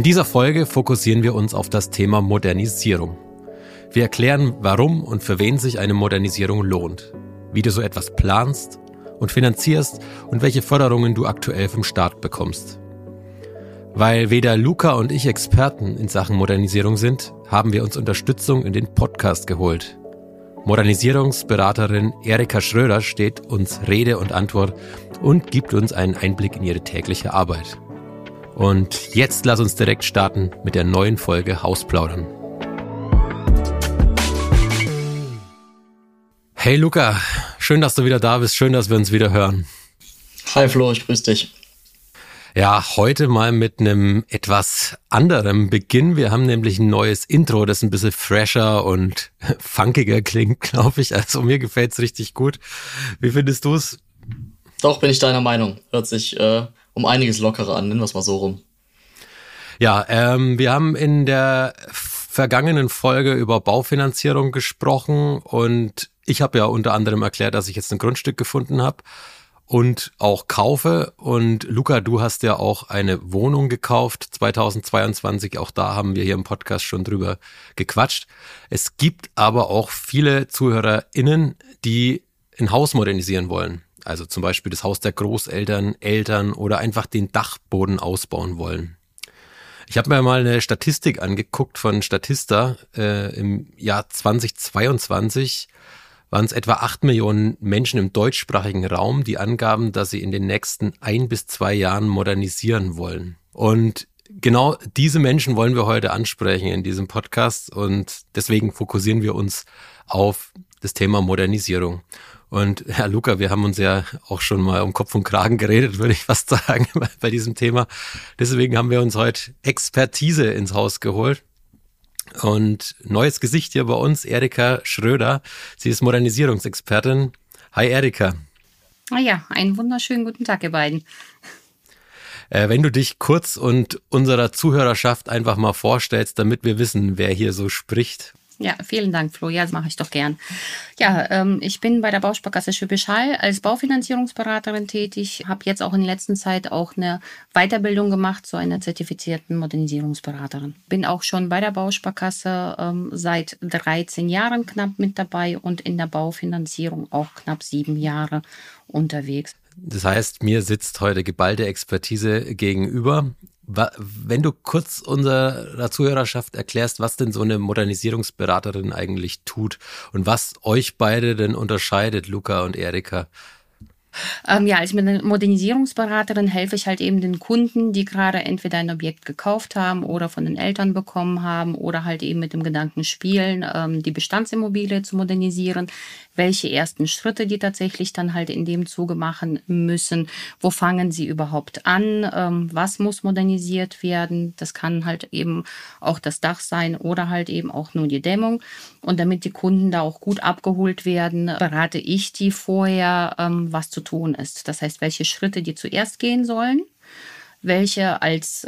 In dieser Folge fokussieren wir uns auf das Thema Modernisierung. Wir erklären, warum und für wen sich eine Modernisierung lohnt, wie du so etwas planst und finanzierst und welche Förderungen du aktuell vom Staat bekommst. Weil weder Luca und ich Experten in Sachen Modernisierung sind, haben wir uns Unterstützung in den Podcast geholt. Modernisierungsberaterin Erika Schröder steht uns Rede und Antwort und gibt uns einen Einblick in ihre tägliche Arbeit. Und jetzt lass uns direkt starten mit der neuen Folge Hausplaudern. Hey Luca, schön, dass du wieder da bist, schön, dass wir uns wieder hören. Hi Flo, ich grüße dich. Ja, heute mal mit einem etwas anderem Beginn. Wir haben nämlich ein neues Intro, das ein bisschen fresher und funkiger klingt, glaube ich. Also mir gefällt's richtig gut. Wie findest du es? Doch, bin ich deiner Meinung. Hört sich um einiges lockerer an, nennen wir es mal so rum. Ja, wir haben in der vergangenen Folge über Baufinanzierung gesprochen und ich habe ja unter anderem erklärt, dass ich jetzt ein Grundstück gefunden habe und auch kaufe. Und Luca, du hast ja auch eine Wohnung gekauft, 2022. Auch da haben wir hier im Podcast schon drüber gequatscht. Es gibt aber auch viele ZuhörerInnen, die ein Haus modernisieren wollen. Also zum Beispiel das Haus der Großeltern, Eltern oder einfach den Dachboden ausbauen wollen. Ich habe mir mal eine Statistik angeguckt von Statista. Im Jahr 2022 waren es etwa 8 Millionen Menschen im deutschsprachigen Raum, die angaben, dass sie in den nächsten 1 bis 2 Jahren modernisieren wollen. Und genau diese Menschen wollen wir heute ansprechen in diesem Podcast und deswegen fokussieren wir uns auf das Thema Modernisierung. Und Herr Luca, wir haben uns ja auch schon mal um Kopf und Kragen geredet, würde ich fast sagen, bei diesem Thema. Deswegen haben wir uns heute Expertise ins Haus geholt. Und neues Gesicht hier bei uns, Erika Schröder. Sie ist Modernisierungsexpertin. Hi Erika. Ja, einen wunderschönen guten Tag, ihr beiden. Wenn du dich kurz und unserer Zuhörerschaft einfach mal vorstellst, damit wir wissen, wer hier so spricht. Ja, vielen Dank, Flo. Ja, das mache ich doch gern. Ja, ich bin bei der Bausparkasse Schwäbisch Hall als Baufinanzierungsberaterin tätig, habe jetzt auch in letzter Zeit auch eine Weiterbildung gemacht zu einer zertifizierten Modernisierungsberaterin. Bin auch schon bei der Bausparkasse seit 13 Jahren knapp mit dabei und in der Baufinanzierung auch knapp 7 Jahre unterwegs. Das heißt, mir sitzt heute geballte Expertise gegenüber. Wenn du kurz unserer Zuhörerschaft erklärst, was denn so eine Modernisierungsberaterin eigentlich tut und was euch beide denn unterscheidet, Luca und Erika. Ja, als Modernisierungsberaterin helfe ich halt eben den Kunden, die gerade entweder ein Objekt gekauft haben oder von den Eltern bekommen haben oder halt eben mit dem Gedanken spielen, die Bestandsimmobilie zu modernisieren, welche ersten Schritte die tatsächlich dann halt in dem Zuge machen müssen, wo fangen sie überhaupt an, was muss modernisiert werden, das kann halt eben auch das Dach sein oder halt eben auch nur die Dämmung und damit die Kunden da auch gut abgeholt werden, berate ich die vorher, was zu tun ist. Das heißt, welche Schritte die zuerst gehen sollen, welche als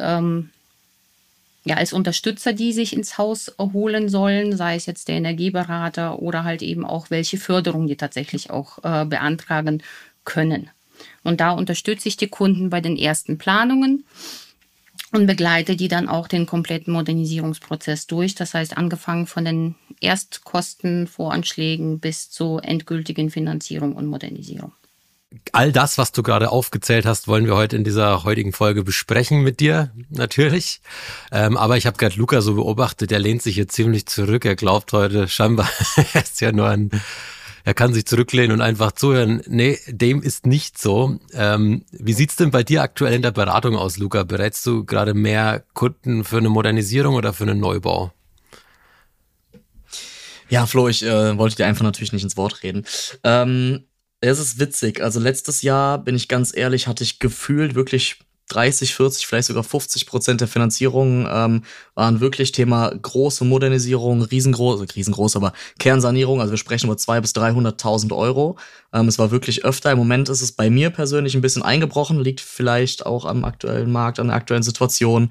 Unterstützer, die sich ins Haus holen sollen, sei es jetzt der Energieberater oder halt eben auch welche Förderung die tatsächlich auch beantragen können. Und da unterstütze ich die Kunden bei den ersten Planungen und begleite die dann auch den kompletten Modernisierungsprozess durch. Das heißt, angefangen von den Erstkostenvoranschlägen bis zur endgültigen Finanzierung und Modernisierung. All das, was du gerade aufgezählt hast, wollen wir heute in dieser heutigen Folge besprechen mit dir, natürlich. Aber ich habe gerade Luca so beobachtet, der lehnt sich hier ziemlich zurück. Er glaubt heute scheinbar, er ist ja nur er kann sich zurücklehnen und einfach zuhören. Nee, dem ist nicht so. Wie sieht's denn bei dir aktuell in der Beratung aus, Luca? Berätst du gerade mehr Kunden für eine Modernisierung oder für einen Neubau? Ja, Flo, ich wollte dir einfach natürlich nicht ins Wort reden. Es ist witzig. Also letztes Jahr, bin ich ganz ehrlich, hatte ich gefühlt wirklich 30, 40, vielleicht sogar 50% der Finanzierungen waren wirklich Thema große Modernisierung, riesengroß, aber Kernsanierung. Also wir sprechen über 200.000 bis 300.000 Euro. Es war wirklich öfter. Im Moment ist es bei mir persönlich ein bisschen eingebrochen, liegt vielleicht auch am aktuellen Markt, an der aktuellen Situation.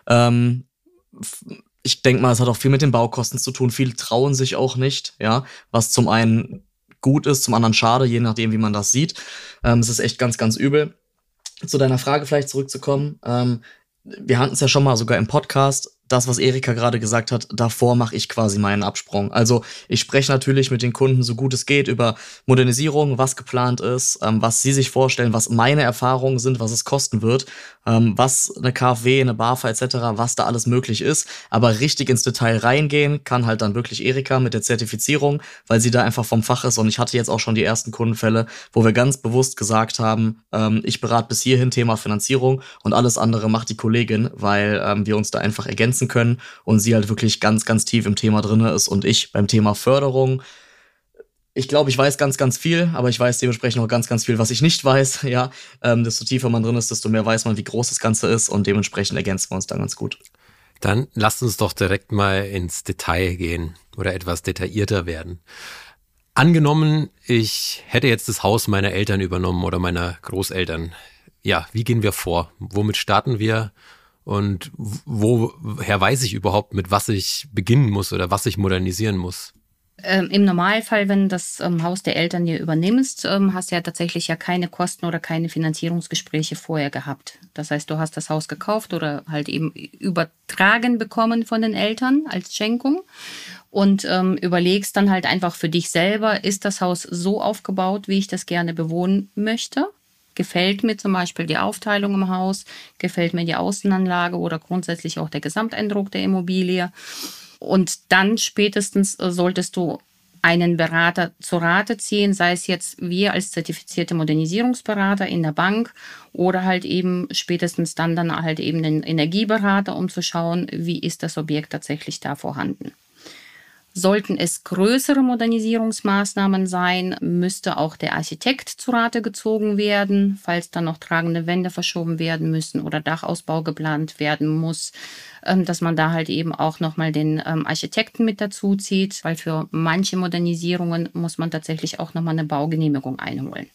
Ich denke mal, es hat auch viel mit den Baukosten zu tun. Viele trauen sich auch nicht, ja, was zum einen gut ist, zum anderen schade, je nachdem, wie man das sieht. Es ist echt ganz, ganz übel. Zu deiner Frage vielleicht zurückzukommen. wir hatten es ja schon mal sogar im Podcast, das, was Erika gerade gesagt hat, davor mache ich quasi meinen Absprung. Also ich spreche natürlich mit den Kunden so gut es geht über Modernisierung, was geplant ist, was sie sich vorstellen, was meine Erfahrungen sind, was es kosten wird, was eine KfW, eine BAFA etc., was da alles möglich ist. Aber richtig ins Detail reingehen kann halt dann wirklich Erika mit der Zertifizierung, weil sie da einfach vom Fach ist. Und ich hatte jetzt auch schon die ersten Kundenfälle, wo wir ganz bewusst gesagt haben, ich berate bis hierhin Thema Finanzierung und alles andere macht die Kollegin, weil wir uns da einfach ergänzen können und sie halt wirklich ganz, ganz tief im Thema drin ist und ich beim Thema Förderung. Ich glaube, ich weiß ganz, ganz viel, aber ich weiß dementsprechend auch ganz, ganz viel, was ich nicht weiß. Ja, desto tiefer man drin ist, desto mehr weiß man, wie groß das Ganze ist und dementsprechend ergänzen wir uns dann ganz gut. Dann lasst uns doch direkt mal ins Detail gehen oder etwas detaillierter werden. Angenommen, ich hätte jetzt das Haus meiner Eltern übernommen oder meiner Großeltern. Ja, wie gehen wir vor? Womit starten wir? Und woher weiß ich überhaupt, mit was ich beginnen muss oder was ich modernisieren muss? Im Normalfall, wenn das Haus der Eltern dir übernimmst, hast du ja tatsächlich ja keine Kosten oder keine Finanzierungsgespräche vorher gehabt. Das heißt, du hast das Haus gekauft oder halt eben übertragen bekommen von den Eltern als Schenkung und überlegst dann halt einfach für dich selber, ist das Haus so aufgebaut, wie ich das gerne bewohnen möchte? Gefällt mir zum Beispiel die Aufteilung im Haus? Gefällt mir die Außenanlage oder grundsätzlich auch der Gesamteindruck der Immobilie? Und dann spätestens solltest du einen Berater zu Rate ziehen, sei es jetzt wir als zertifizierte Modernisierungsberater in der Bank oder halt eben spätestens dann halt eben den Energieberater, um zu schauen, wie ist das Objekt tatsächlich da vorhanden. Sollten es größere Modernisierungsmaßnahmen sein, müsste auch der Architekt zu Rate gezogen werden, falls dann noch tragende Wände verschoben werden müssen oder Dachausbau geplant werden muss, dass man da halt eben auch nochmal den Architekten mit dazu zieht, weil für manche Modernisierungen muss man tatsächlich auch nochmal eine Baugenehmigung einholen.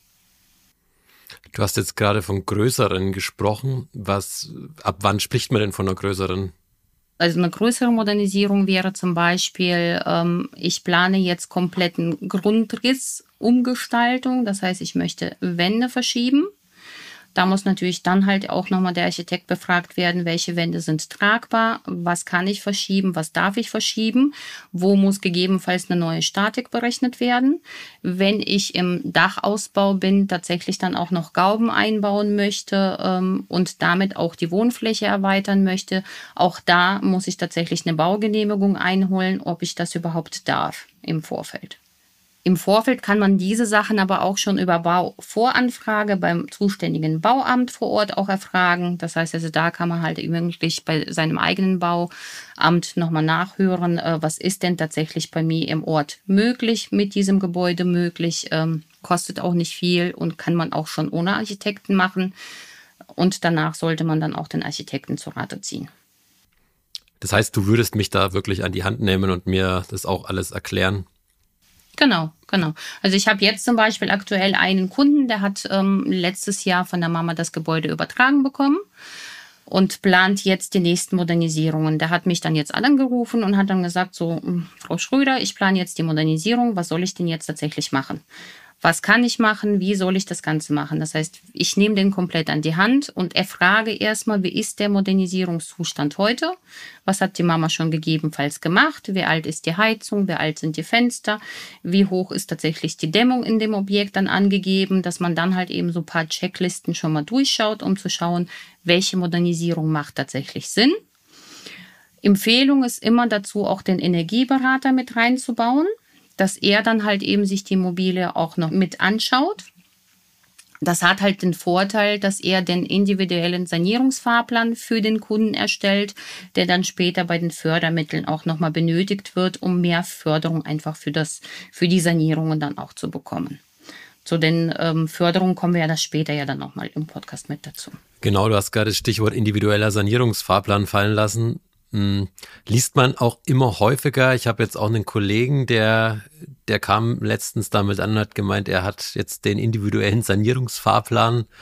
Du hast jetzt gerade von größeren gesprochen. Ab wann spricht man denn von einer größeren? Also eine größere Modernisierung wäre zum Beispiel, ich plane jetzt kompletten Grundrissumgestaltung. Das heißt, ich möchte Wände verschieben. Da muss natürlich dann halt auch nochmal der Architekt befragt werden, welche Wände sind tragbar, was kann ich verschieben, was darf ich verschieben, wo muss gegebenenfalls eine neue Statik berechnet werden. Wenn ich im Dachausbau bin, tatsächlich dann auch noch Gauben einbauen möchte und damit auch die Wohnfläche erweitern möchte, auch da muss ich tatsächlich eine Baugenehmigung einholen, ob ich das überhaupt darf im Vorfeld. Im Vorfeld kann man diese Sachen aber auch schon über Bauvoranfrage beim zuständigen Bauamt vor Ort auch erfragen. Das heißt, also da kann man halt wirklich bei seinem eigenen Bauamt nochmal nachhören, was ist denn tatsächlich bei mir im Ort möglich, mit diesem Gebäude möglich, kostet auch nicht viel und kann man auch schon ohne Architekten machen. Und danach sollte man dann auch den Architekten zu Rate ziehen. Das heißt, du würdest mich da wirklich an die Hand nehmen und mir das auch alles erklären? Genau. Also ich habe jetzt zum Beispiel aktuell einen Kunden, der hat letztes Jahr von der Mama das Gebäude übertragen bekommen und plant jetzt die nächsten Modernisierungen. Der hat mich dann jetzt angerufen und hat dann gesagt, so, Frau Schröder, ich plane jetzt die Modernisierung, was soll ich denn jetzt tatsächlich machen? Was kann ich machen? Wie soll ich das Ganze machen? Das heißt, ich nehme den komplett an die Hand und erfrage erstmal, wie ist der Modernisierungszustand heute? Was hat die Mama schon gegebenenfalls gemacht? Wie alt ist die Heizung? Wie alt sind die Fenster? Wie hoch ist tatsächlich die Dämmung in dem Objekt dann angegeben? Dass man dann halt eben so ein paar Checklisten schon mal durchschaut, um zu schauen, welche Modernisierung macht tatsächlich Sinn. Empfehlung ist immer dazu, auch den Energieberater mit reinzubauen, dass er dann halt eben sich die Immobilie auch noch mit anschaut. Das hat halt den Vorteil, dass er den individuellen Sanierungsfahrplan für den Kunden erstellt, der dann später bei den Fördermitteln auch nochmal benötigt wird, um mehr Förderung einfach für die Sanierungen dann auch zu bekommen. Zu den Förderungen kommen wir ja das später ja dann nochmal im Podcast mit dazu. Genau, du hast gerade das Stichwort individueller Sanierungsfahrplan fallen lassen. Liest man auch immer häufiger. Ich habe jetzt auch einen Kollegen, der kam letztens damit an und hat gemeint, er hat jetzt den individuellen Sanierungsfahrplan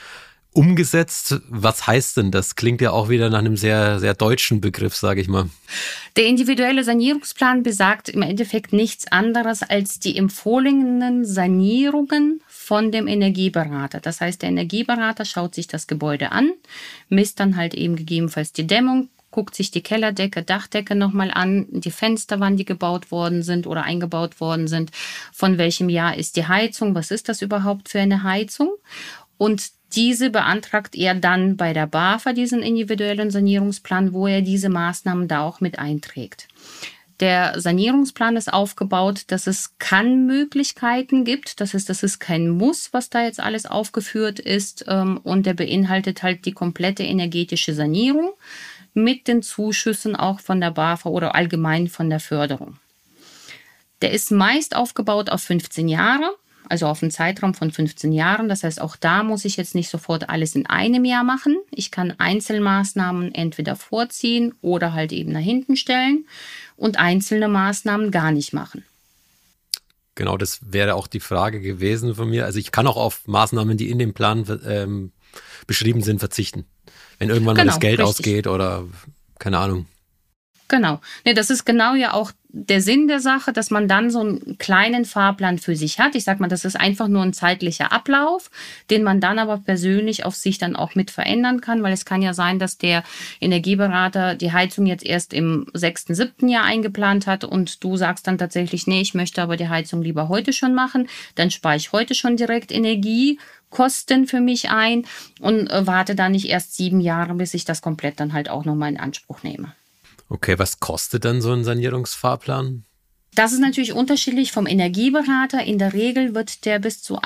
umgesetzt. Was heißt denn das? Klingt ja auch wieder nach einem sehr, sehr deutschen Begriff, sage ich mal. Der individuelle Sanierungsplan besagt im Endeffekt nichts anderes als die empfohlenen Sanierungen von dem Energieberater. Das heißt, der Energieberater schaut sich das Gebäude an, misst dann halt eben gegebenenfalls die Dämmung, guckt sich die Kellerdecke, Dachdecke nochmal an, die Fenster, wann die gebaut worden sind oder eingebaut worden sind, von welchem Jahr ist die Heizung, was ist das überhaupt für eine Heizung? Und diese beantragt er dann bei der BAFA, diesen individuellen Sanierungsplan, wo er diese Maßnahmen da auch mit einträgt. Der Sanierungsplan ist aufgebaut, dass es Kann-Möglichkeiten gibt. Das ist kein Muss, was da jetzt alles aufgeführt ist. Und der beinhaltet halt die komplette energetische Sanierung mit den Zuschüssen auch von der BAFA oder allgemein von der Förderung. Der ist meist aufgebaut auf 15 Jahre. Also auf einen Zeitraum von 15 Jahren. Das heißt, auch da muss ich jetzt nicht sofort alles in einem Jahr machen. Ich kann Einzelmaßnahmen entweder vorziehen oder halt eben nach hinten stellen und einzelne Maßnahmen gar nicht machen. Genau, das wäre auch die Frage gewesen von mir. Also ich kann auch auf Maßnahmen, die in dem Plan beschrieben sind, verzichten. Wenn irgendwann mal das Geld ausgeht oder keine Ahnung. Genau. Nee, das ist genau ja auch der Sinn der Sache, dass man dann so einen kleinen Fahrplan für sich hat. Ich sag mal, das ist einfach nur ein zeitlicher Ablauf, den man dann aber persönlich auf sich dann auch mit verändern kann, weil es kann ja sein, dass der Energieberater die Heizung jetzt erst im 6., 7. Jahr eingeplant hat und du sagst dann tatsächlich, nee, ich möchte aber die Heizung lieber heute schon machen, dann spare ich heute schon direkt Energiekosten für mich ein und warte dann nicht erst 7 Jahre, bis ich das komplett dann halt auch nochmal in Anspruch nehme. Okay, was kostet dann so ein Sanierungsfahrplan? Das ist natürlich unterschiedlich vom Energieberater. In der Regel wird der bis zu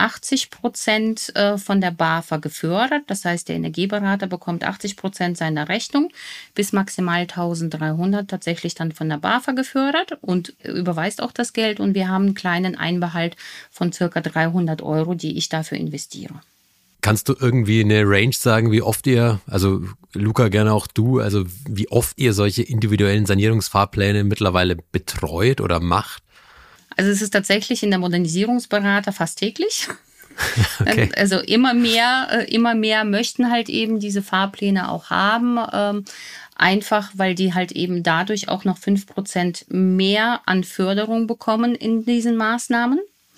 80% von der BAFA gefördert. Das heißt, der Energieberater bekommt 80% seiner Rechnung bis maximal 1.300 tatsächlich dann von der BAFA gefördert und überweist auch das Geld. Und wir haben einen kleinen Einbehalt von ca. 300 €, die ich dafür investiere. Kannst du irgendwie eine Range sagen, wie oft ihr, also Luca, gerne auch du, also wie oft ihr solche individuellen Sanierungsfahrpläne mittlerweile betreut oder macht? Also es ist tatsächlich in der Modernisierungsberater fast täglich. Okay. Also immer mehr möchten halt eben diese Fahrpläne auch haben. Einfach, weil die halt eben dadurch auch noch 5% mehr an Förderung bekommen in diesen Maßnahmen.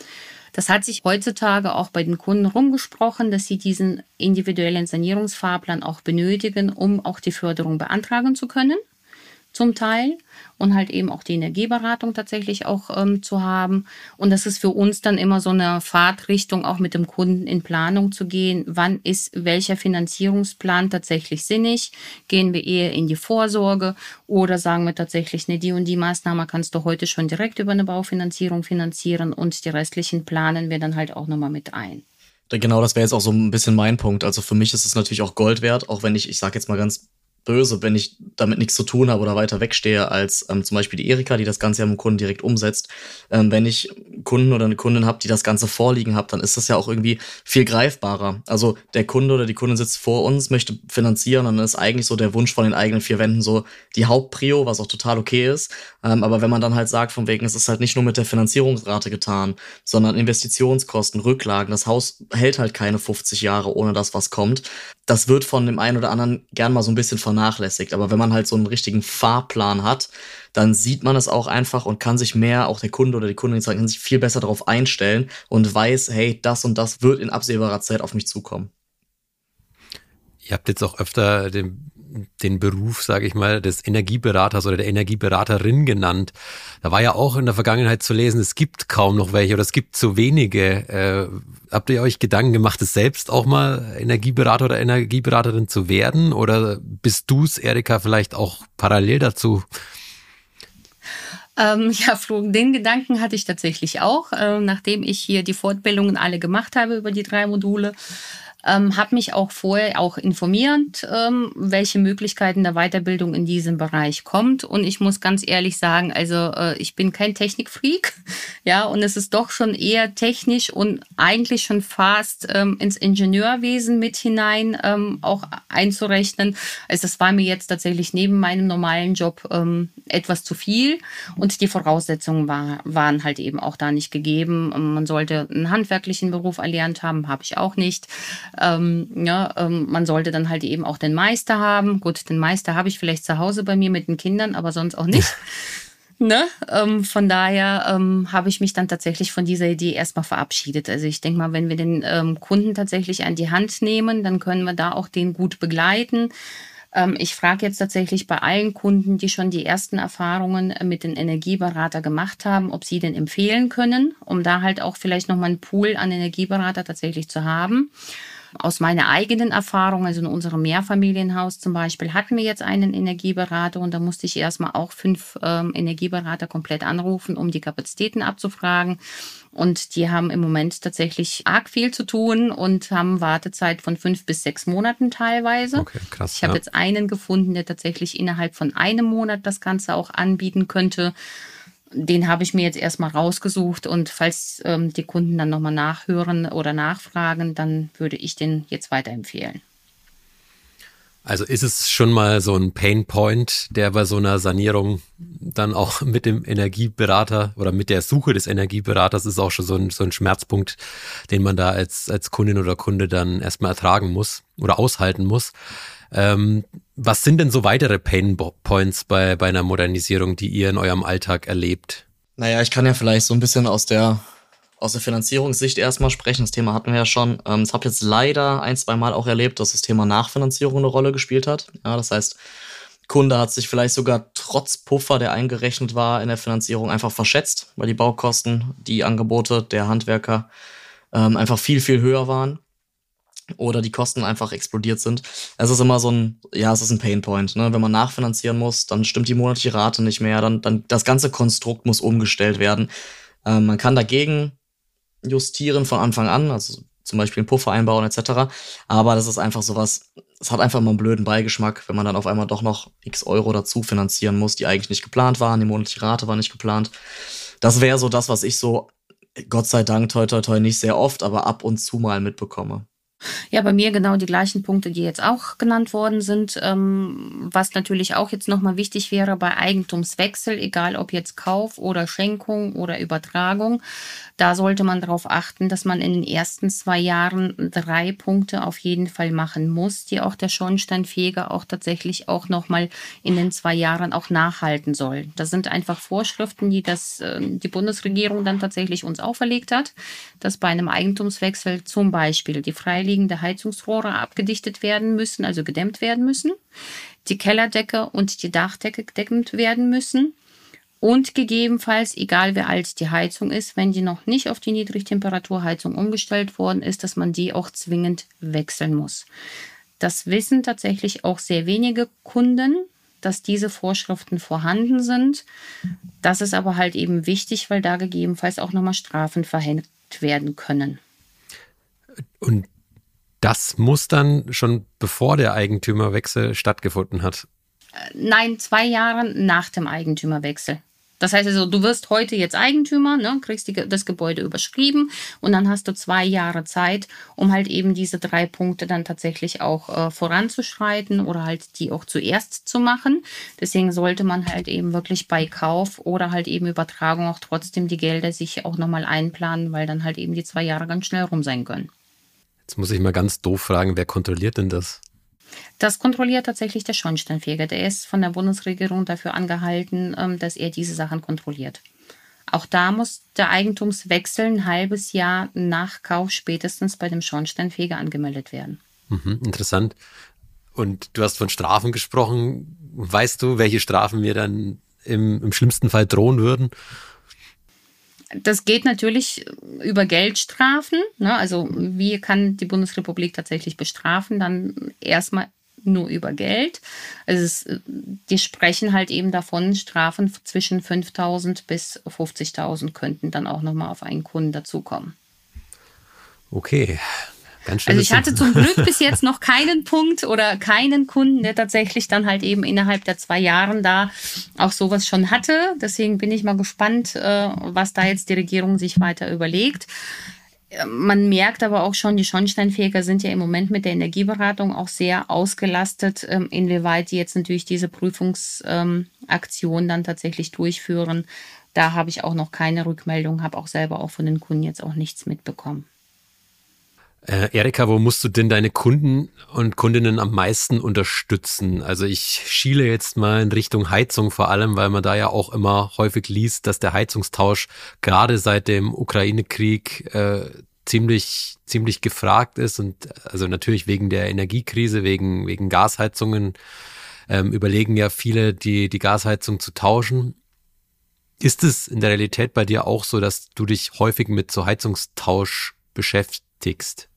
Das hat sich heutzutage auch bei den Kunden rumgesprochen, dass sie diesen individuellen Sanierungsfahrplan auch benötigen, um auch die Förderung beantragen zu können, zum Teil. Und halt eben auch die Energieberatung tatsächlich auch zu haben. Und das ist für uns dann immer so eine Fahrtrichtung, auch mit dem Kunden in Planung zu gehen. Wann ist welcher Finanzierungsplan tatsächlich sinnig? Gehen wir eher in die Vorsorge oder sagen wir tatsächlich, ne, die und die Maßnahme kannst du heute schon direkt über eine Baufinanzierung finanzieren und die restlichen planen wir dann halt auch nochmal mit ein. Genau, das wäre jetzt auch so ein bisschen mein Punkt. Also für mich ist es natürlich auch Gold wert, auch wenn ich sage jetzt mal ganz böse, wenn ich damit nichts zu tun habe oder weiter wegstehe als zum Beispiel die Erika, die das Ganze ja mit dem Kunden direkt umsetzt. Wenn ich Kunden oder eine Kundin habe, die das Ganze vorliegen hat, dann ist das ja auch irgendwie viel greifbarer. Also der Kunde oder die Kundin sitzt vor uns, möchte finanzieren und dann ist eigentlich so der Wunsch von den eigenen 4 Wänden so die Hauptprio, was auch total okay ist. Aber wenn man dann halt sagt, von wegen, es ist halt nicht nur mit der Finanzierungsrate getan, sondern Investitionskosten, Rücklagen, das Haus hält halt keine 50 Jahre ohne das, was kommt. Das wird von dem einen oder anderen gern mal so ein bisschen vernachlässigt. Aber wenn man halt so einen richtigen Fahrplan hat, dann sieht man es auch einfach und kann sich mehr, auch der Kunde oder die Kundin kann sich viel besser darauf einstellen und weiß, hey, das und das wird in absehbarer Zeit auf mich zukommen. Ihr habt jetzt auch öfter den Beruf, sage ich mal, des Energieberaters oder der Energieberaterin genannt. Da war ja auch in der Vergangenheit zu lesen, es gibt kaum noch welche oder es gibt zu wenige. Habt ihr euch Gedanken gemacht, es selbst auch mal Energieberater oder Energieberaterin zu werden? Oder bist du's, Erika, vielleicht auch parallel dazu? Ja, Flo, den Gedanken hatte ich tatsächlich auch, nachdem ich hier die Fortbildungen alle gemacht habe über die 3 Module. Habe mich auch vorher auch informiert, welche Möglichkeiten der Weiterbildung in diesem Bereich kommt. Und ich muss ganz ehrlich sagen, also ich bin kein Technikfreak, ja, und es ist doch schon eher technisch und eigentlich schon fast ins Ingenieurwesen mit hinein auch einzurechnen. Also das war mir jetzt tatsächlich neben meinem normalen Job etwas zu viel und die Voraussetzungen waren halt eben auch da nicht gegeben. Man sollte einen handwerklichen Beruf erlernt haben, habe ich auch nicht. Man sollte dann halt eben auch den Meister haben. Gut, den Meister habe ich vielleicht zu Hause bei mir mit den Kindern, aber sonst auch nicht. Ne? Von daher habe ich mich dann tatsächlich von dieser Idee erstmal verabschiedet. Also ich denke mal, wenn wir den Kunden tatsächlich an die Hand nehmen, dann können wir da auch den gut begleiten. Ich frage jetzt tatsächlich bei allen Kunden, die schon die ersten Erfahrungen mit dem Energieberater gemacht haben, ob sie den empfehlen können, um da halt auch vielleicht nochmal einen Pool an Energieberater tatsächlich zu haben. Aus meiner eigenen Erfahrung, also in unserem Mehrfamilienhaus zum Beispiel, hatten wir jetzt einen Energieberater und da musste ich erstmal auch 5 Energieberater komplett anrufen, um die Kapazitäten abzufragen. Und die haben im Moment tatsächlich arg viel zu tun und haben Wartezeit von 5 bis 6 Monaten teilweise. Okay, krass. Ich habe jetzt einen gefunden, der tatsächlich innerhalb von einem Monat das Ganze auch anbieten könnte. Den habe ich mir jetzt erstmal rausgesucht und falls die Kunden dann nochmal nachhören oder nachfragen, dann würde ich den jetzt weiterempfehlen. Also ist es schon mal so ein Painpoint, der bei so einer Sanierung dann auch mit dem Energieberater oder mit der Suche des Energieberaters ist auch schon so ein Schmerzpunkt, den man da als Kundin oder Kunde dann erstmal ertragen muss oder aushalten muss. Was sind denn so weitere Painpoints bei einer Modernisierung, die ihr in eurem Alltag erlebt? Naja, ich kann ja vielleicht so ein bisschen aus der Finanzierungssicht erstmal sprechen. Das Thema hatten wir ja schon. Ich habe jetzt leider 1-2 Mal auch erlebt, dass das Thema Nachfinanzierung eine Rolle gespielt hat. Ja, das heißt, Kunde hat sich vielleicht sogar trotz Puffer, der eingerechnet war in der Finanzierung, einfach verschätzt, weil die Baukosten, die Angebote der Handwerker einfach viel, viel höher waren. Oder die Kosten einfach explodiert sind. Es ist immer es ist ein Painpoint. Ne? Wenn man nachfinanzieren muss, dann stimmt die monatliche Rate nicht mehr, dann das ganze Konstrukt muss umgestellt werden. Man kann dagegen justieren von Anfang an, also zum Beispiel einen Puffer einbauen etc. Aber das ist einfach sowas, es hat einfach immer einen blöden Beigeschmack, wenn man dann auf einmal doch noch x Euro dazu finanzieren muss, die eigentlich nicht geplant waren, die monatliche Rate war nicht geplant. Das wäre so das, was ich so, Gott sei Dank, toi toi toi, nicht sehr oft, aber ab und zu mal mitbekomme. Ja, bei mir genau die gleichen Punkte, die jetzt auch genannt worden sind. Was natürlich auch jetzt nochmal wichtig wäre bei Eigentumswechsel, egal ob jetzt Kauf oder Schenkung oder Übertragung, da sollte man darauf achten, dass man in den ersten 2 Jahren 3 Punkte auf jeden Fall machen muss, die auch der Schornsteinfeger auch tatsächlich auch nochmal in den 2 Jahren auch nachhalten soll. Das sind einfach Vorschriften, die die Bundesregierung dann tatsächlich uns auferlegt hat, dass bei einem Eigentumswechsel zum Beispiel die freiliegende Heizungsrohre abgedichtet werden müssen, also gedämmt werden müssen, die Kellerdecke und die Dachdecke gedämmt werden müssen. Und gegebenenfalls, egal wie alt die Heizung ist, wenn die noch nicht auf die Niedrigtemperaturheizung umgestellt worden ist, dass man die auch zwingend wechseln muss. Das wissen tatsächlich auch sehr wenige Kunden, dass diese Vorschriften vorhanden sind. Das ist aber halt eben wichtig, weil da gegebenenfalls auch nochmal Strafen verhängt werden können. Und das muss dann schon bevor der Eigentümerwechsel stattgefunden hat? Nein, 2 Jahre nach dem Eigentümerwechsel. Das heißt also, du wirst heute jetzt Eigentümer, ne, kriegst das Gebäude überschrieben und dann hast du 2 Jahre Zeit, um halt eben diese 3 Punkte dann tatsächlich auch voranzuschreiten oder halt die auch zuerst zu machen. Deswegen sollte man halt eben wirklich bei Kauf oder halt eben Übertragung auch trotzdem die Gelder sich auch nochmal einplanen, weil dann halt eben die 2 Jahre ganz schnell rum sein können. Jetzt muss ich mal ganz doof fragen, wer kontrolliert denn das? Das kontrolliert tatsächlich der Schornsteinfeger. Der ist von der Bundesregierung dafür angehalten, dass er diese Sachen kontrolliert. Auch da muss der Eigentumswechsel ein halbes Jahr nach Kauf spätestens bei dem Schornsteinfeger angemeldet werden. Interessant. Und du hast von Strafen gesprochen. Weißt du, welche Strafen mir dann im schlimmsten Fall drohen würden? Das geht natürlich über Geldstrafen. Ne? Also wie kann die Bundesrepublik tatsächlich bestrafen? Dann erstmal nur über Geld. Also die sprechen halt eben davon, Strafen zwischen 5.000 bis 50.000 könnten dann auch nochmal auf einen Kunden dazukommen. Okay. Also ich hatte zum Glück bis jetzt noch keinen Punkt oder keinen Kunden, der tatsächlich dann halt eben innerhalb der 2 Jahren da auch sowas schon hatte. Deswegen bin ich mal gespannt, was da jetzt die Regierung sich weiter überlegt. Man merkt aber auch schon, die Schornsteinfeger sind ja im Moment mit der Energieberatung auch sehr ausgelastet, inwieweit die jetzt natürlich diese Prüfungsaktion dann tatsächlich durchführen. Da habe ich auch noch keine Rückmeldung, habe auch selber auch von den Kunden jetzt auch nichts mitbekommen. Erika, wo musst du denn deine Kunden und Kundinnen am meisten unterstützen? Also ich schiele jetzt mal in Richtung Heizung vor allem, weil man da ja auch immer häufig liest, dass der Heizungstausch gerade seit dem Ukraine-Krieg ziemlich gefragt ist und also natürlich wegen der Energiekrise, wegen Gasheizungen überlegen ja viele, die Gasheizung zu tauschen. Ist es in der Realität bei dir auch so, dass du dich häufig mit so Heizungstausch beschäftigst?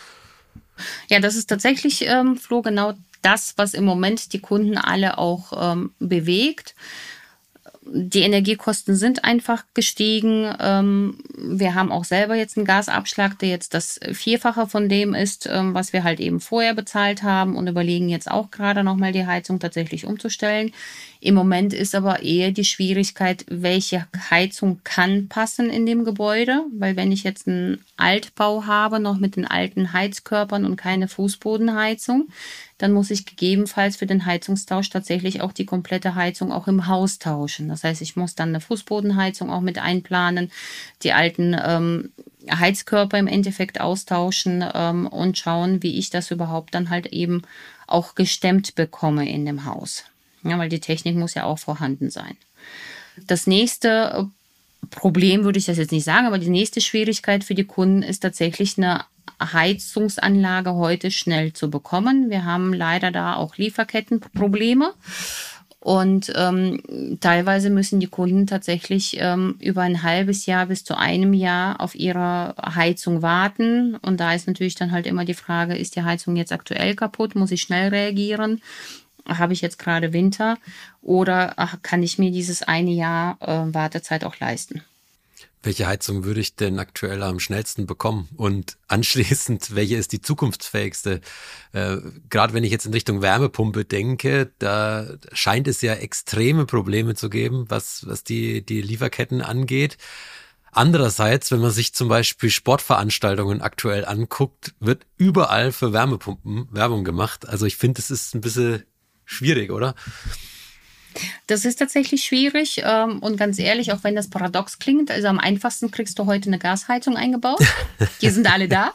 Ja, das ist tatsächlich, Flo, genau das, was im Moment die Kunden alle auch bewegt. Die Energiekosten sind einfach gestiegen. Wir haben auch selber jetzt einen Gasabschlag, der jetzt das Vierfache von dem ist, was wir halt eben vorher bezahlt haben und überlegen jetzt auch gerade nochmal die Heizung tatsächlich umzustellen. Im Moment ist aber eher die Schwierigkeit, welche Heizung kann passen in dem Gebäude, weil wenn ich jetzt einen Altbau habe, noch mit den alten Heizkörpern und keine Fußbodenheizung, dann muss ich gegebenenfalls für den Heizungstausch tatsächlich auch die komplette Heizung auch im Haus tauschen. Das heißt, ich muss dann eine Fußbodenheizung auch mit einplanen, die alten Heizkörper im Endeffekt austauschen und schauen, wie ich das überhaupt dann halt eben auch gestemmt bekomme in dem Haus. Ja, weil die Technik muss ja auch vorhanden sein. Das nächste Problem würde ich das jetzt nicht sagen, aber die nächste Schwierigkeit für die Kunden ist tatsächlich eine Heizungsanlage heute schnell zu bekommen. Wir haben leider da auch Lieferkettenprobleme und teilweise müssen die Kunden tatsächlich über ein halbes Jahr bis zu einem Jahr auf ihre Heizung warten. Und da ist natürlich dann halt immer die Frage, ist die Heizung jetzt aktuell kaputt? Muss ich schnell reagieren? Habe ich jetzt gerade Winter oder kann ich mir dieses eine Jahr Wartezeit auch leisten? Welche Heizung würde ich denn aktuell am schnellsten bekommen? Und anschließend, welche ist die zukunftsfähigste? Gerade wenn ich jetzt in Richtung Wärmepumpe denke, da scheint es ja extreme Probleme zu geben, was die Lieferketten angeht. Andererseits, wenn man sich zum Beispiel Sportveranstaltungen aktuell anguckt, wird überall für Wärmepumpen Werbung gemacht. Also ich finde, es ist ein bisschen schwierig, oder? Das ist tatsächlich schwierig und ganz ehrlich, auch wenn das paradox klingt, also am einfachsten kriegst du heute eine Gasheizung eingebaut. Die sind alle da.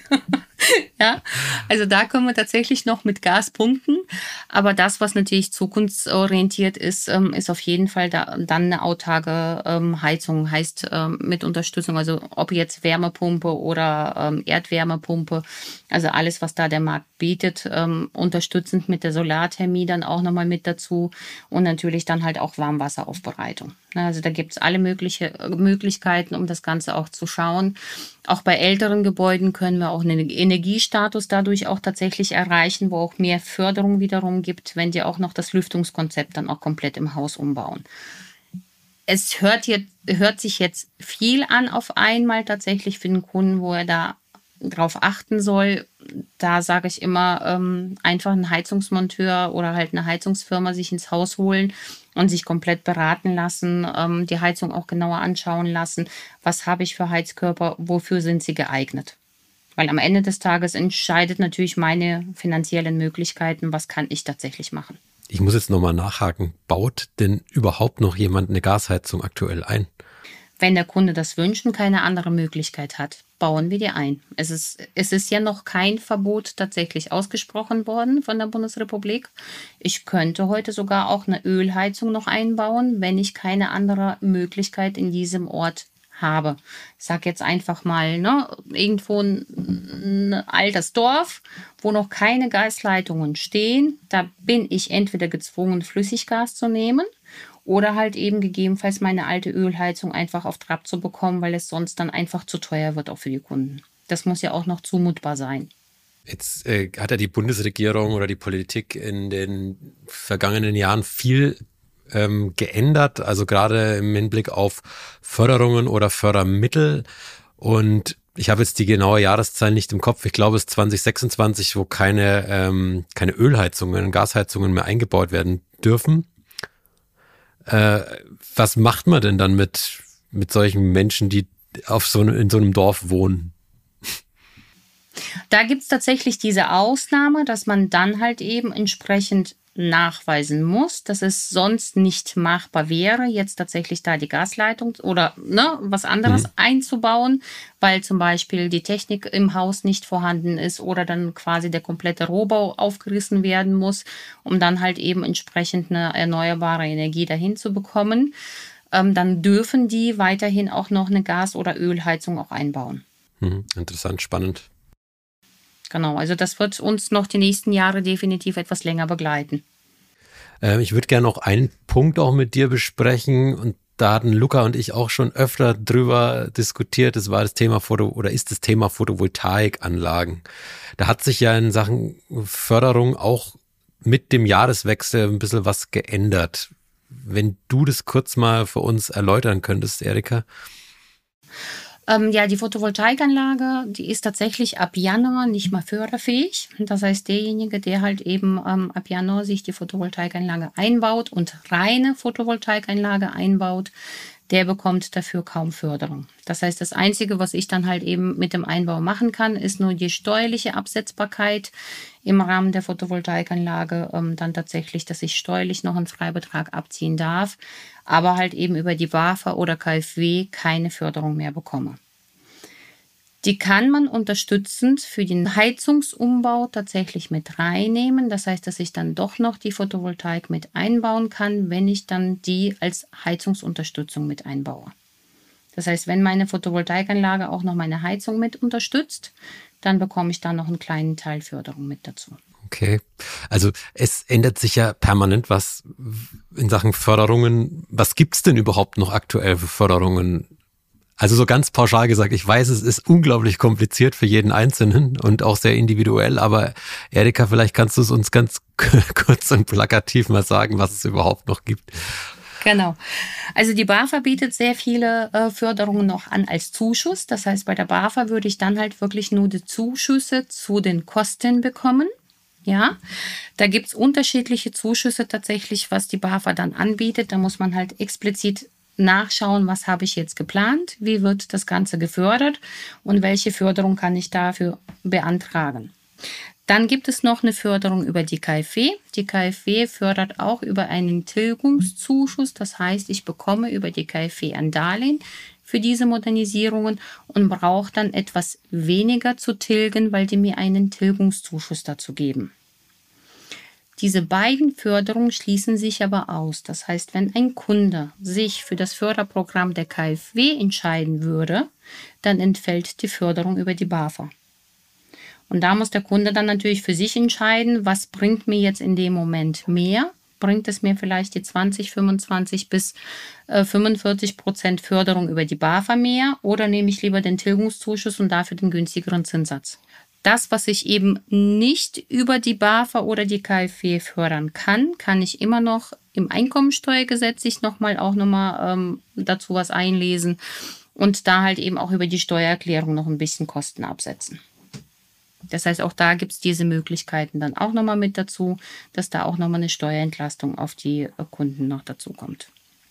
Ja, also da können wir tatsächlich noch mit Gas punkten. Aber das, was natürlich zukunftsorientiert ist, ist auf jeden Fall dann eine autarke Heizung, heißt mit Unterstützung, also ob jetzt Wärmepumpe oder Erdwärmepumpe, also alles, was da der Markt bietet, unterstützend mit der Solarthermie dann auch nochmal mit dazu und natürlich dann halt auch Warmwasseraufbereitung. Also da gibt es alle Möglichkeiten, um das Ganze auch zu schauen. Auch bei älteren Gebäuden können wir auch einen Energiestatus dadurch auch tatsächlich erreichen, wo auch mehr Förderung wiederum gibt, wenn die auch noch das Lüftungskonzept dann auch komplett im Haus umbauen. Es hört sich jetzt viel an auf einmal tatsächlich für den Kunden, wo er da drauf achten soll. Da sage ich immer, einfach einen Heizungsmonteur oder halt eine Heizungsfirma sich ins Haus holen und sich komplett beraten lassen, die Heizung auch genauer anschauen lassen. Was habe ich für Heizkörper? Wofür sind sie geeignet? Weil am Ende des Tages entscheidet natürlich meine finanziellen Möglichkeiten, was kann ich tatsächlich machen. Ich muss jetzt nochmal nachhaken. Baut denn überhaupt noch jemand eine Gasheizung aktuell ein? Wenn der Kunde das wünscht und keine andere Möglichkeit hat, bauen wir die ein. Es ist ja noch kein Verbot tatsächlich ausgesprochen worden von der Bundesrepublik. Ich könnte heute sogar auch eine Ölheizung noch einbauen, wenn ich keine andere Möglichkeit in diesem Ort habe. Ich sage jetzt einfach mal, irgendwo ein altes Dorf, wo noch keine Gasleitungen stehen. Da bin ich entweder gezwungen, Flüssiggas zu nehmen oder halt eben gegebenenfalls meine alte Ölheizung einfach auf Trab zu bekommen, weil es sonst dann einfach zu teuer wird auch für die Kunden. Das muss ja auch noch zumutbar sein. Jetzt hat ja die Bundesregierung oder die Politik in den vergangenen Jahren viel geändert, also gerade im Hinblick auf Förderungen oder Fördermittel. Und ich habe jetzt die genaue Jahreszahl nicht im Kopf. Ich glaube, es ist 2026, wo keine Ölheizungen, Gasheizungen mehr eingebaut werden dürfen. Was macht man denn dann mit solchen Menschen, die in so einem Dorf wohnen? Da gibt es tatsächlich diese Ausnahme, dass man dann halt eben entsprechend nachweisen muss, dass es sonst nicht machbar wäre, jetzt tatsächlich da die Gasleitung oder was anderes einzubauen, weil zum Beispiel die Technik im Haus nicht vorhanden ist oder dann quasi der komplette Rohbau aufgerissen werden muss, um dann halt eben entsprechend eine erneuerbare Energie dahin zu bekommen. Dann dürfen die weiterhin auch noch eine Gas- oder Ölheizung auch einbauen. Interessant, spannend. Genau, also das wird uns noch die nächsten Jahre definitiv etwas länger begleiten. Ich würde gerne noch einen Punkt auch mit dir besprechen und da hatten Luca und ich auch schon öfter drüber diskutiert. Das war das Thema ist das Thema Photovoltaikanlagen. Da hat sich ja in Sachen Förderung auch mit dem Jahreswechsel ein bisschen was geändert. Wenn du das kurz mal für uns erläutern könntest, Erika. Ja, die Photovoltaikanlage, die ist tatsächlich ab Januar nicht mehr förderfähig. Das heißt, derjenige, der halt eben ab Januar sich die Photovoltaikanlage einbaut und reine Photovoltaikanlage einbaut, der bekommt dafür kaum Förderung. Das heißt, das Einzige, was ich dann halt eben mit dem Einbau machen kann, ist nur die steuerliche Absetzbarkeit im Rahmen der Photovoltaikanlage, dann tatsächlich, dass ich steuerlich noch einen Freibetrag abziehen darf, aber halt eben über die BAFA oder KfW keine Förderung mehr bekomme. Die kann man unterstützend für den Heizungsumbau tatsächlich mit reinnehmen. Das heißt, dass ich dann doch noch die Photovoltaik mit einbauen kann, wenn ich dann die als Heizungsunterstützung mit einbaue. Das heißt, wenn meine Photovoltaikanlage auch noch meine Heizung mit unterstützt, dann bekomme ich da noch einen kleinen Teil Förderung mit dazu. Okay, also es ändert sich ja permanent was in Sachen Förderungen. Was gibt's denn überhaupt noch aktuell für Förderungen? Also so ganz pauschal gesagt, ich weiß, es ist unglaublich kompliziert für jeden Einzelnen und auch sehr individuell, aber Erika, vielleicht kannst du es uns ganz kurz und plakativ mal sagen, was es überhaupt noch gibt. Genau. Also die BAFA bietet sehr viele Förderungen noch an als Zuschuss. Das heißt, bei der BAFA würde ich dann halt wirklich nur die Zuschüsse zu den Kosten bekommen. Ja, da gibt es unterschiedliche Zuschüsse tatsächlich, was die BAFA dann anbietet. Da muss man halt explizit nachschauen, was habe ich jetzt geplant, wie wird das Ganze gefördert und welche Förderung kann ich dafür beantragen. Dann gibt es noch eine Förderung über die KfW. Die KfW fördert auch über einen Tilgungszuschuss. Das heißt, ich bekomme über die KfW ein Darlehen für diese Modernisierungen und brauche dann etwas weniger zu tilgen, weil die mir einen Tilgungszuschuss dazu geben. Diese beiden Förderungen schließen sich aber aus. Das heißt, wenn ein Kunde sich für das Förderprogramm der KfW entscheiden würde, dann entfällt die Förderung über die BAFA. Und da muss der Kunde dann natürlich für sich entscheiden, was bringt mir jetzt in dem Moment mehr? Bringt es mir vielleicht die 20, 25 bis 45% Förderung über die BAFA mehr oder nehme ich lieber den Tilgungszuschuss und dafür den günstigeren Zinssatz? Das, was ich eben nicht über die BAFA oder die KfW fördern kann, kann ich immer noch im Einkommensteuergesetz sich nochmal dazu was einlesen und da halt eben auch über die Steuererklärung noch ein bisschen Kosten absetzen. Das heißt, auch da gibt es diese Möglichkeiten dann auch nochmal mit dazu, dass da auch nochmal eine Steuerentlastung auf die Kunden noch dazu kommt.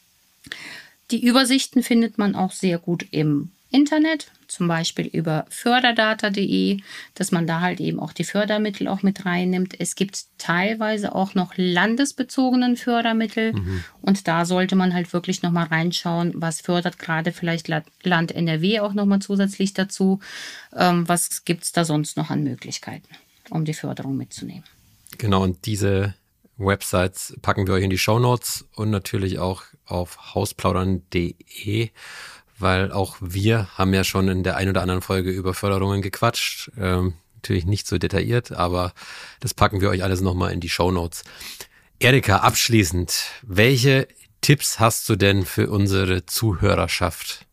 Die Übersichten findet man auch sehr gut im Internet, zum Beispiel über förderdata.de, dass man da halt eben auch die Fördermittel auch mit reinnimmt. Es gibt teilweise auch noch landesbezogenen Fördermittel und da sollte man halt wirklich nochmal reinschauen, was fördert gerade vielleicht Land NRW auch nochmal zusätzlich dazu. Was gibt es da sonst noch an Möglichkeiten, um die Förderung mitzunehmen? Genau, und diese Websites packen wir euch in die Shownotes und natürlich auch auf hausplaudern.de, weil auch wir haben ja schon in der ein oder anderen Folge über Förderungen gequatscht. Natürlich nicht so detailliert, aber das packen wir euch alles nochmal in die Shownotes. Erika, abschließend, welche Tipps hast du denn für unsere Zuhörerschaft?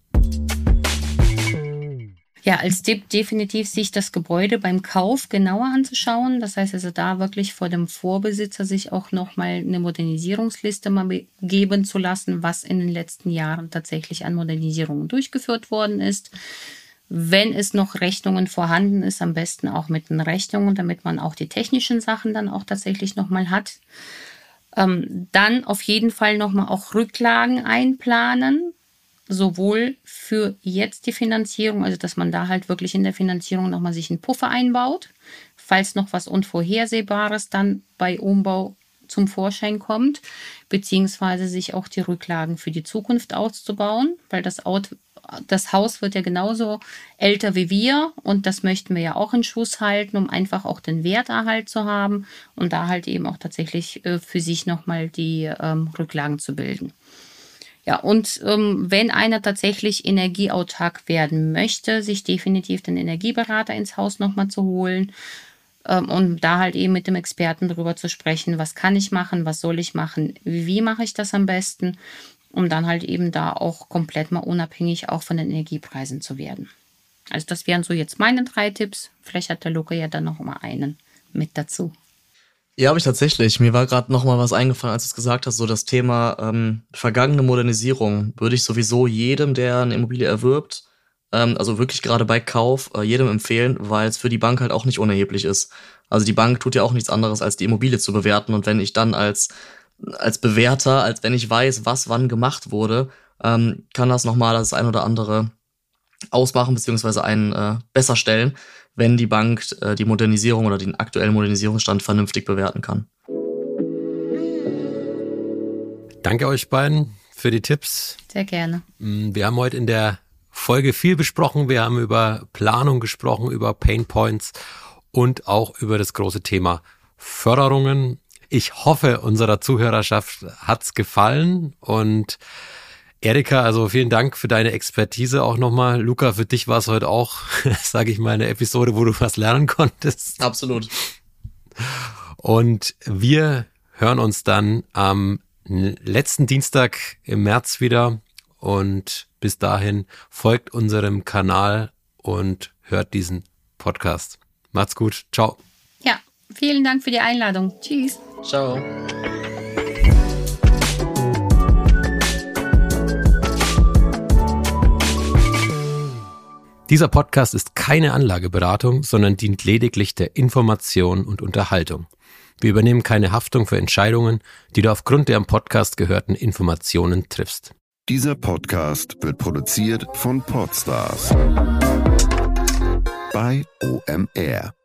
Ja, als Tipp definitiv sich das Gebäude beim Kauf genauer anzuschauen. Das heißt also da wirklich vor dem Vorbesitzer sich auch nochmal eine Modernisierungsliste mal geben zu lassen, was in den letzten Jahren tatsächlich an Modernisierungen durchgeführt worden ist. Wenn es noch Rechnungen vorhanden ist, am besten auch mit den Rechnungen, damit man auch die technischen Sachen dann auch tatsächlich nochmal hat. Dann auf jeden Fall nochmal auch Rücklagen einplanen. Sowohl für jetzt die Finanzierung, also dass man da halt wirklich in der Finanzierung nochmal sich einen Puffer einbaut, falls noch was Unvorhersehbares dann bei Umbau zum Vorschein kommt, beziehungsweise sich auch die Rücklagen für die Zukunft auszubauen, weil das Haus wird ja genauso älter wie wir und das möchten wir ja auch in Schuss halten, um einfach auch den Werterhalt zu haben und da halt eben auch tatsächlich für sich nochmal die Rücklagen zu bilden. Ja, und wenn einer tatsächlich energieautark werden möchte, sich definitiv den Energieberater ins Haus nochmal zu holen und da halt eben mit dem Experten drüber zu sprechen, was kann ich machen, was soll ich machen, wie mache ich das am besten, um dann halt eben da auch komplett mal unabhängig auch von den Energiepreisen zu werden. Also das wären so jetzt meine 3 Tipps. Vielleicht hat der Luca ja dann noch mal einen mit dazu. Ja, habe ich tatsächlich. Mir war gerade noch mal was eingefallen, als du es gesagt hast, so das Thema vergangene Modernisierung würde ich sowieso jedem, der eine Immobilie erwirbt, also wirklich gerade bei Kauf, jedem empfehlen, weil es für die Bank halt auch nicht unerheblich ist. Also die Bank tut ja auch nichts anderes, als die Immobilie zu bewerten. Und wenn ich dann als Bewerter, als wenn ich weiß, was wann gemacht wurde, kann das nochmal das ein oder andere ausmachen, beziehungsweise einen besser stellen, wenn die Bank die Modernisierung oder den aktuellen Modernisierungsstand vernünftig bewerten kann. Danke euch beiden für die Tipps. Sehr gerne. Wir haben heute in der Folge viel besprochen. Wir haben über Planung gesprochen, über Pain Points und auch über das große Thema Förderungen. Ich hoffe, unserer Zuhörerschaft hat's gefallen und Erika, also vielen Dank für deine Expertise auch nochmal. Luca, für dich war es heute auch, sage ich mal, eine Episode, wo du was lernen konntest. Absolut. Und wir hören uns dann am letzten Dienstag im März wieder und bis dahin folgt unserem Kanal und hört diesen Podcast. Macht's gut. Ciao. Ja, vielen Dank für die Einladung. Tschüss. Ciao. Dieser Podcast ist keine Anlageberatung, sondern dient lediglich der Information und Unterhaltung. Wir übernehmen keine Haftung für Entscheidungen, die du aufgrund der im Podcast gehörten Informationen triffst. Dieser Podcast wird produziert von Podstars bei OMR.